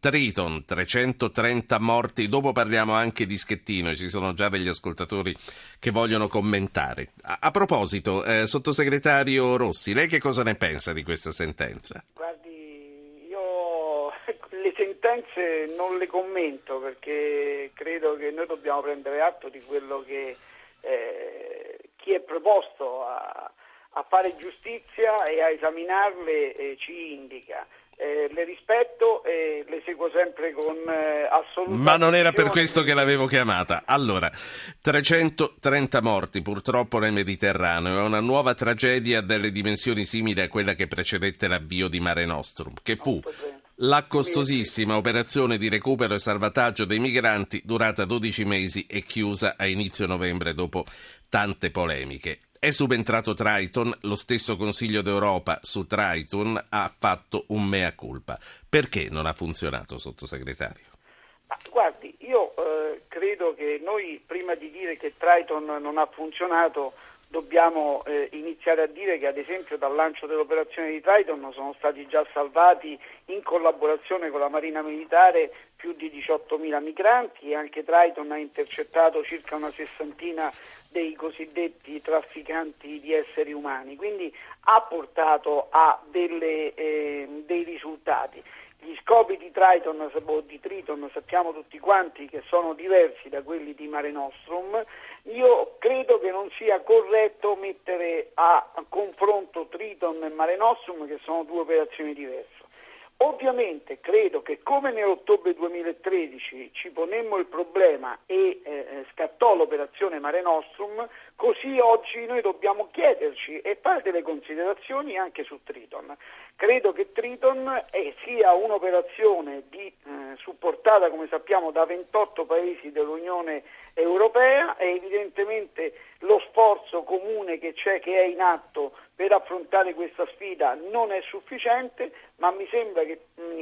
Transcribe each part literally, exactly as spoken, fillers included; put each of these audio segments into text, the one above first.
Triton, trecentotrenta morti. Dopo parliamo anche di Schettino e ci sono già degli ascoltatori che vogliono commentare. A, a proposito, eh, sottosegretario Rossi, lei che cosa ne pensa di questa sentenza? Guardi, io le sentenze non le commento perché credo che noi dobbiamo prendere atto di quello che eh, chi è proposto a, a fare giustizia e a esaminarle eh, ci indica. Eh, le rispetto e le seguo sempre con eh, assoluta Ma non era per attenzione. questo che l'avevo chiamata. Allora, trecentotrenta morti purtroppo nel Mediterraneo, è una nuova tragedia delle dimensioni simili a quella che precedette l'avvio di Mare Nostrum, che fu la costosissima operazione di recupero e salvataggio dei migranti durata dodici mesi e chiusa a inizio novembre dopo tante polemiche. È subentrato Triton, lo stesso Consiglio d'Europa su Triton ha fatto un mea culpa. Perché non ha funzionato, sottosegretario? Ah, guardi, io eh, credo che noi prima di dire che Triton non ha funzionato dobbiamo eh, iniziare a dire che ad esempio dal lancio dell'operazione di Triton sono stati già salvati in collaborazione con la Marina Militare più di diciottomila migranti e anche Triton ha intercettato circa una sessantina dei cosiddetti trafficanti di esseri umani, quindi ha portato a delle, eh, dei risultati. Gli scopi di Triton o di Triton sappiamo tutti quanti che sono diversi da quelli di Mare Nostrum. Io credo che non sia corretto mettere a confronto Triton e Mare Nostrum, che sono due operazioni diverse. Ovviamente credo che come nell'ottobre duemilatredici ci ponemmo il problema e eh, scattò l'operazione Mare Nostrum, così oggi noi dobbiamo chiederci e fare delle considerazioni anche su Triton. Credo che Triton eh, sia un'operazione di, eh, supportata, come sappiamo, da ventotto paesi dell'Unione Europea e evidentemente lo sforzo comune che c'è, che è in atto per affrontare questa sfida non è sufficiente, ma mi sembra che mh,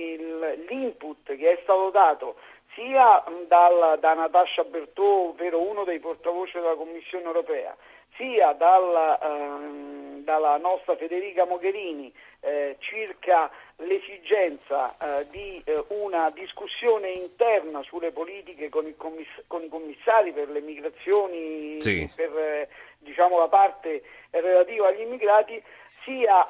il, l'input che è stato dato sia mh, dal, da Natascia Bertò, ovvero uno dei portavoce della Commissione Europea, sia dal, ehm, dalla nostra Federica Mogherini eh, circa l'esigenza eh, di eh, una discussione interna sulle politiche con, il commiss- con i commissari per le migrazioni, sì. per eh, diciamo la parte relativa agli immigrati, sia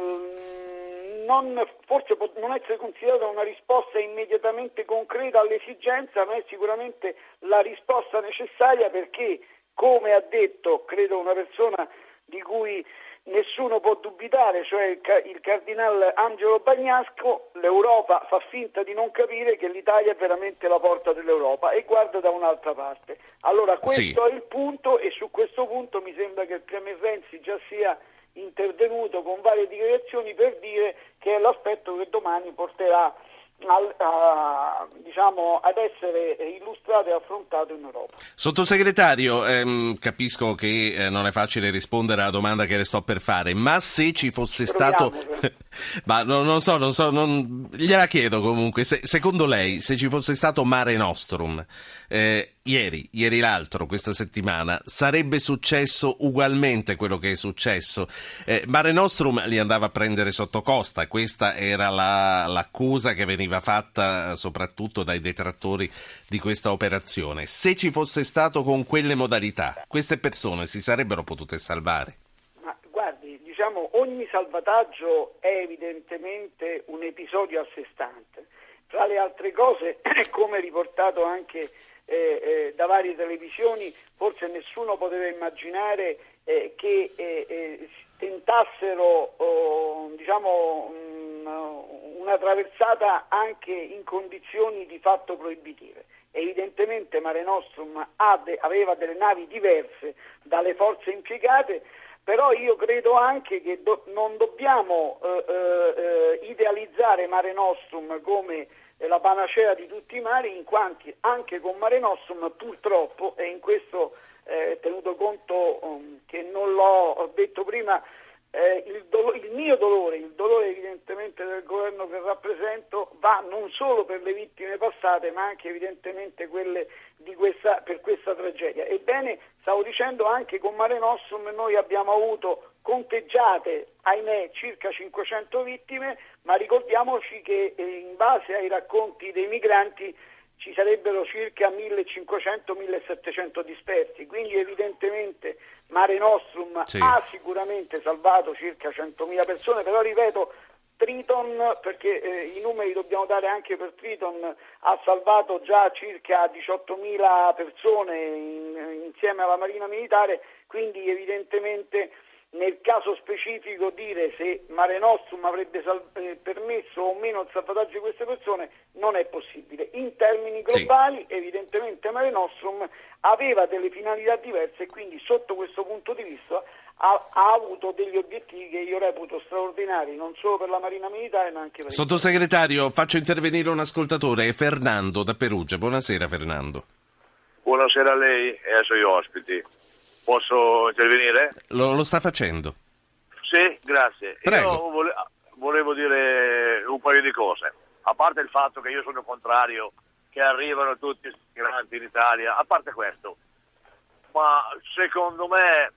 eh, non, forse può non essere considerata una risposta immediatamente concreta all'esigenza, ma è sicuramente la risposta necessaria perché, come ha detto, credo, una persona di cui nessuno può dubitare, cioè il, ca- il cardinale Angelo Bagnasco, l'Europa fa finta di non capire che l'Italia è veramente la porta dell'Europa e guarda da un'altra parte. Allora questo Sì. è il punto e su questo punto mi sembra che il Premier Renzi già sia intervenuto con varie dichiarazioni per dire che è l'aspetto che domani porterà Al, a, diciamo, ad essere illustrato e affrontato in Europa. Sottosegretario, ehm, capisco che eh, non è facile rispondere alla domanda che le sto per fare, ma se ci fosse Ci stato... proviamo, ma non, non so, non so, non... gliela chiedo comunque, se, secondo lei, se ci fosse stato Mare Nostrum, eh, ieri, ieri l'altro, questa settimana, sarebbe successo ugualmente quello che è successo? Eh, Mare Nostrum li andava a prendere sotto costa, questa era la, l'accusa che veniva fatta soprattutto dai detrattori di questa operazione. Se ci fosse stato con quelle modalità, queste persone si sarebbero potute salvare? Ma guardi, diciamo, ogni salvataggio è evidentemente un episodio a sé stante. Tra le altre cose, come riportato anche eh, eh, da varie televisioni, forse nessuno poteva immaginare eh, che eh, eh, tentassero oh, diciamo mh, una traversata anche in condizioni di fatto proibitive. Evidentemente Mare Nostrum ha de- aveva delle navi diverse dalle forze impiegate, però io credo anche che do- non dobbiamo eh, eh, idealizzare Mare Nostrum come eh, la panacea di tutti i mari, in quanto anche con Mare Nostrum purtroppo, e in questo eh, tenuto conto um, che non l'ho detto prima, eh, il, do- il mio dolore, il dolore evidentemente del governo che rappresento va non solo per le vittime passate ma anche evidentemente quelle di questa, per questa tragedia. Ebbene, stavo dicendo, anche con Mare Nostrum noi abbiamo avuto conteggiate, ahimè, circa cinquecento vittime, ma ricordiamoci che eh, in base ai racconti dei migranti ci sarebbero circa millecinquecento millesettecento dispersi, quindi evidentemente Mare Nostrum sì. ha sicuramente salvato circa centomila persone, però ripeto, Triton, perché eh, i numeri dobbiamo dare anche per Triton, ha salvato già circa diciottomila persone in, insieme alla Marina Militare, quindi evidentemente nel caso specifico dire se Mare Nostrum avrebbe sal- eh, permesso o meno il salvataggio di queste persone non è possibile. In termini globali sì. evidentemente Mare Nostrum aveva delle finalità diverse e quindi sotto questo punto di vista ha, ha avuto degli obiettivi che io reputo straordinari, non solo per la Marina Militare ma anche per Sottosegretario, faccio intervenire un ascoltatore, è Fernando da Perugia. Buonasera Fernando. Buonasera a lei e ai suoi ospiti. Posso intervenire? Lo, lo sta facendo. Sì, grazie. Prego. Io vole, volevo dire un paio di cose. A parte il fatto che io sono contrario che arrivano tutti i migranti in Italia, a parte questo, ma secondo me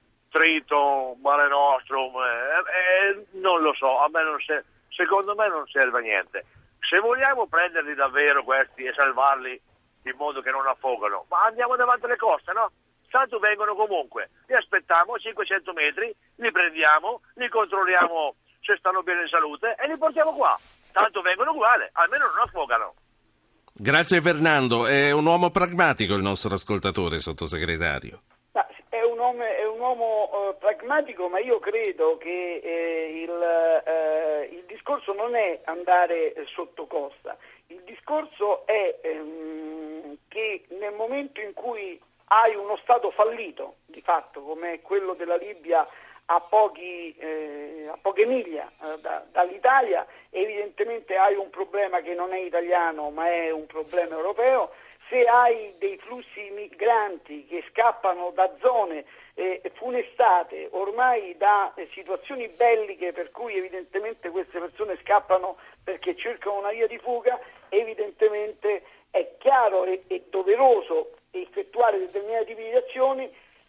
Triton, Mare Nostrum, eh, eh, non lo so, a me non se, secondo me non serve a niente. Se vogliamo prenderli davvero questi e salvarli in modo che non affogano, ma andiamo davanti alle coste, no? Tanto vengono comunque, li aspettiamo a cinquecento metri, li prendiamo, li controlliamo se stanno bene in salute e li portiamo qua. Tanto vengono uguali, almeno non affogano. Grazie Fernando, è un uomo pragmatico il nostro ascoltatore, sottosegretario. È un uomo, è un uomo uh, pragmatico, ma io credo che eh, il, uh, il discorso non è andare sotto costa, il discorso è ehm, che nel momento in cui hai uno Stato fallito, di fatto, come quello della Libia a, pochi, eh, a poche miglia eh, da, dall'Italia, evidentemente hai un problema che non è italiano ma è un problema europeo. Se hai dei flussi migranti che scappano da zone eh, funestate ormai da eh, situazioni belliche per cui evidentemente queste persone scappano perché cercano una via di fuga, evidentemente è chiaro e, e doveroso effettuare determinati tipi di azioni.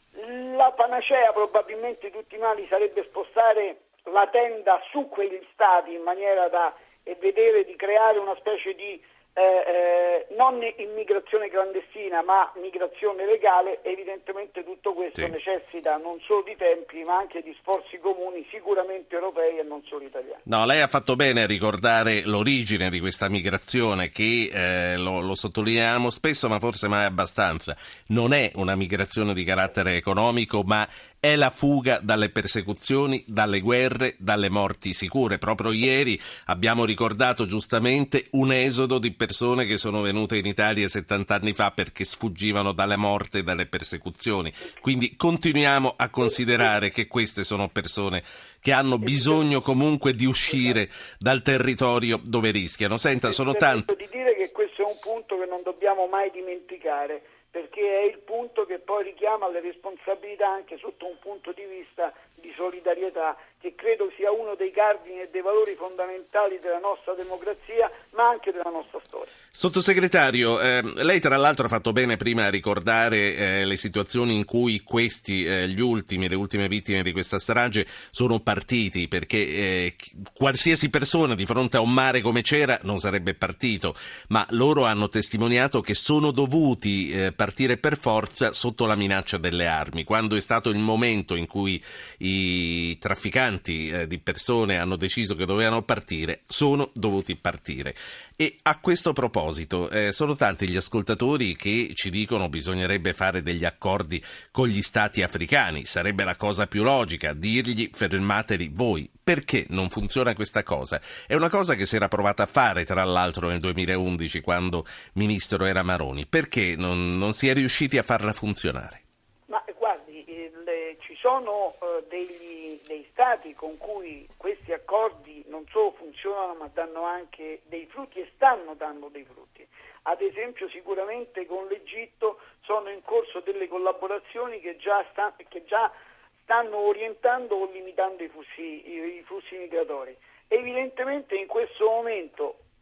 La panacea probabilmente di tutti i mali sarebbe spostare la tenda su quegli stati in maniera da e vedere di creare una specie di eh, eh, non immigrazione clandestina ma migrazione legale. Evidentemente tutto questo sì. necessita non solo di tempi ma anche di sforzi comuni sicuramente europei e non solo italiani. No, lei ha fatto bene a ricordare l'origine di questa migrazione che eh, lo, lo sottolineiamo spesso ma forse mai abbastanza. Non è una migrazione di carattere economico ma è la fuga dalle persecuzioni, dalle guerre, dalle morti sicure. Proprio ieri abbiamo ricordato giustamente un esodo di persone che sono venute in Italia settanta anni fa perché sfuggivano dalle morte e dalle persecuzioni. Quindi continuiamo a considerare che queste sono persone che hanno bisogno comunque di uscire dal territorio dove rischiano. Senta, sono tanti. Di dire che questo è un punto che non dobbiamo mai dimenticare, perché è il punto che poi richiama le responsabilità anche sotto un punto di vista di solidarietà, che credo sia uno dei cardini e dei valori fondamentali della nostra democrazia, ma anche della nostra storia. Sottosegretario, eh, lei tra l'altro ha fatto bene prima a ricordare eh, le situazioni in cui questi, eh, gli ultimi, le ultime vittime di questa strage sono partiti, perché eh, qualsiasi persona di fronte a un mare come c'era non sarebbe partito, ma loro hanno testimoniato che sono dovuti eh, partire per forza sotto la minaccia delle armi. Quando è stato il momento in cui i trafficanti eh, di persone hanno deciso che dovevano partire, sono dovuti partire. E a questo proposito eh, sono tanti gli ascoltatori che ci dicono bisognerebbe fare degli accordi con gli stati africani, sarebbe la cosa più logica, dirgli fermateli voi. Perché non funziona questa cosa? È una cosa che si era provata a fare tra l'altro nel duemilaundici quando ministro era Maroni. Perché non, non si è riusciti a farla funzionare? Ma guardi, le, ci sono uh, degli, dei stati con cui questi accordi non solo funzionano ma danno anche dei frutti e stanno dando dei frutti. Ad esempio sicuramente con l'Egitto sono in corso delle collaborazioni che già, sta, che già stanno orientando o limitando i flussi, i, i flussi migratori. Evidentemente in questo momento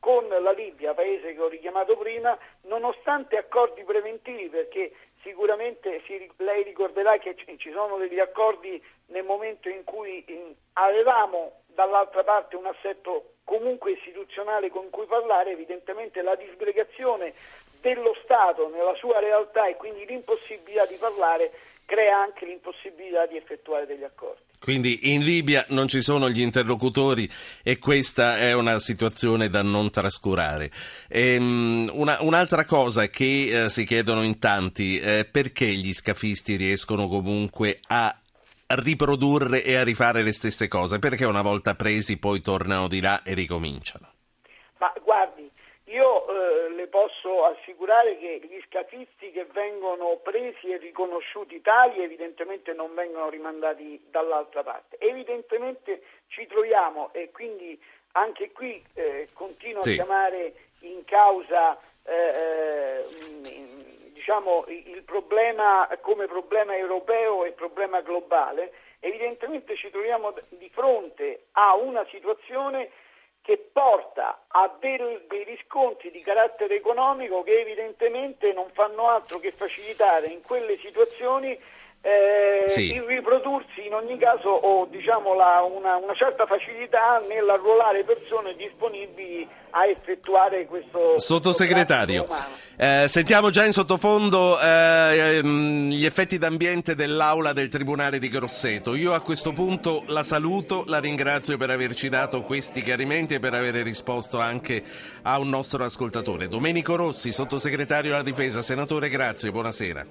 con la Libia, paese che ho richiamato prima, nonostante accordi preventivi, perché sicuramente si, lei ricorderà che ci sono degli accordi nel momento in cui in, avevamo dall'altra parte un assetto comunque istituzionale con cui parlare. Evidentemente la disgregazione dello Stato nella sua realtà e quindi l'impossibilità di parlare crea anche l'impossibilità di effettuare degli accordi. Quindi in Libia non ci sono gli interlocutori e questa è una situazione da non trascurare. Ehm, una, un'altra cosa che eh, si chiedono in tanti, eh, perché gli scafisti riescono comunque a riprodurre e a rifare le stesse cose? Perché una volta presi poi tornano di là e ricominciano? Ma guardi, io eh, le posso assicurare che gli scafisti che vengono presi e riconosciuti tali evidentemente non vengono rimandati dall'altra parte. Evidentemente ci troviamo, e quindi anche qui eh, continuo sì. a chiamare in causa eh, diciamo il problema come problema europeo e problema globale. Evidentemente ci troviamo di fronte a una situazione che porta a del, dei riscontri di carattere economico che evidentemente non fanno altro che facilitare in quelle situazioni eh, sì. il riprodursi in ogni caso o diciamo la, una, una certa facilità nell'arruolare persone disponibili a effettuare questo Sottosegretario, eh, sentiamo già in sottofondo eh, gli effetti d'ambiente dell'aula del Tribunale di Grosseto. Io a questo punto la saluto, la ringrazio per averci dato questi chiarimenti e per aver risposto anche a un nostro ascoltatore. Domenico Rossi, sottosegretario alla Difesa. Senatore, grazie, buonasera.